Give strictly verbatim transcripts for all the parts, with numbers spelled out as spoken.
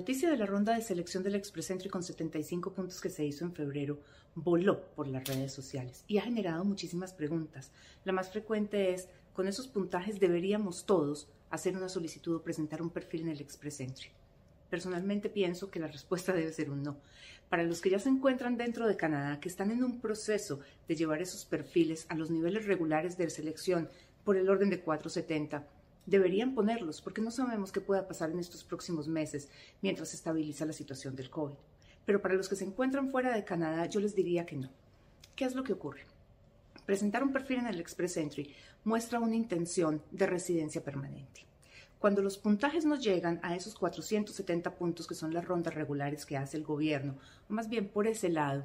noticia de la ronda de selección del Expresentry con setenta y cinco puntos que se hizo en febrero voló por las redes sociales y ha generado muchísimas preguntas. La más frecuente es, ¿con esos puntajes deberíamos todos hacer una solicitud o presentar un perfil en el Expresentry? Personalmente pienso que la respuesta debe ser un no. Para los que ya se encuentran dentro de Canadá, que están en un proceso de llevar esos perfiles a los niveles regulares de selección por el orden de cuatrocientos setenta, deberían ponerlos porque no sabemos qué pueda pasar en estos próximos meses mientras se estabiliza la situación del COVID. Pero para los que se encuentran fuera de Canadá, yo les diría que no. ¿Qué es lo que ocurre? Presentar un perfil en el Expresentry muestra una intención de residencia permanente. Cuando los puntajes nos llegan a esos cuatrocientos setenta puntos, que son las rondas regulares que hace el gobierno, o más bien por ese lado,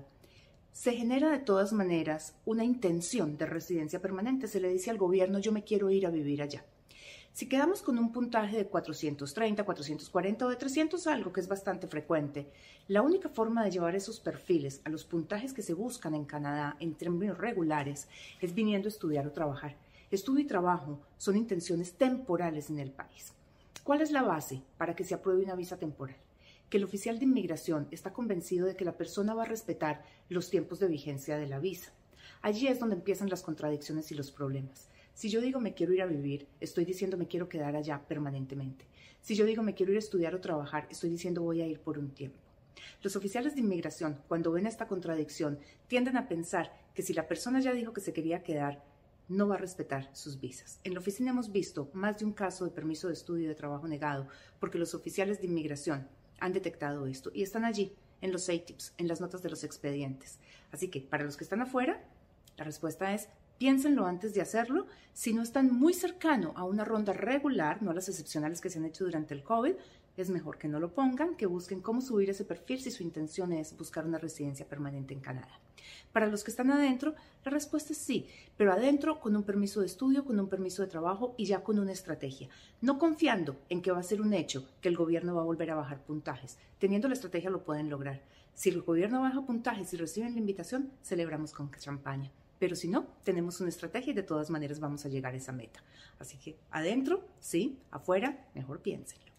se genera de todas maneras una intención de residencia permanente. Se le dice al gobierno, yo me quiero ir a vivir allá. Si quedamos con un puntaje de cuatrocientos treinta, cuatrocientos cuarenta o de trescientos algo, que es bastante frecuente, la única forma de llevar esos perfiles a los puntajes que se buscan en Canadá en términos regulares es viniendo a estudiar o trabajar. Estudio y trabajo son intenciones temporales en el país. ¿Cuál es la base para que se apruebe una visa temporal? Que el oficial de inmigración está convencido de que la persona va a respetar los tiempos de vigencia de la visa. Allí es donde empiezan las contradicciones y los problemas. Si yo digo me quiero ir a vivir, estoy diciendo me quiero quedar allá permanentemente. Si yo digo me quiero ir a estudiar o trabajar, estoy diciendo voy a ir por un tiempo. Los oficiales de inmigración, cuando ven esta contradicción, tienden a pensar que si la persona ya dijo que se quería quedar, no va a respetar sus visas. En la oficina hemos visto más de un caso de permiso de estudio y de trabajo negado porque los oficiales de inmigración han detectado esto y están allí en los A T I Ps, en las notas de los expedientes. Así que para los que están afuera, la respuesta es piénsenlo antes de hacerlo. Si no están muy cercano a una ronda regular, no a las excepcionales que se han hecho durante el COVID, es mejor que no lo pongan, que busquen cómo subir ese perfil si su intención es buscar una residencia permanente en Canadá. Para los que están adentro, la respuesta es sí, pero adentro con un permiso de estudio, con un permiso de trabajo y ya con una estrategia. No confiando en que va a ser un hecho que el gobierno va a volver a bajar puntajes. Teniendo la estrategia lo pueden lograr. Si el gobierno baja puntajes y reciben la invitación, celebramos con champaña. Pero si no, tenemos una estrategia y de todas maneras vamos a llegar a esa meta. Así que adentro, sí, afuera, mejor piénsenlo.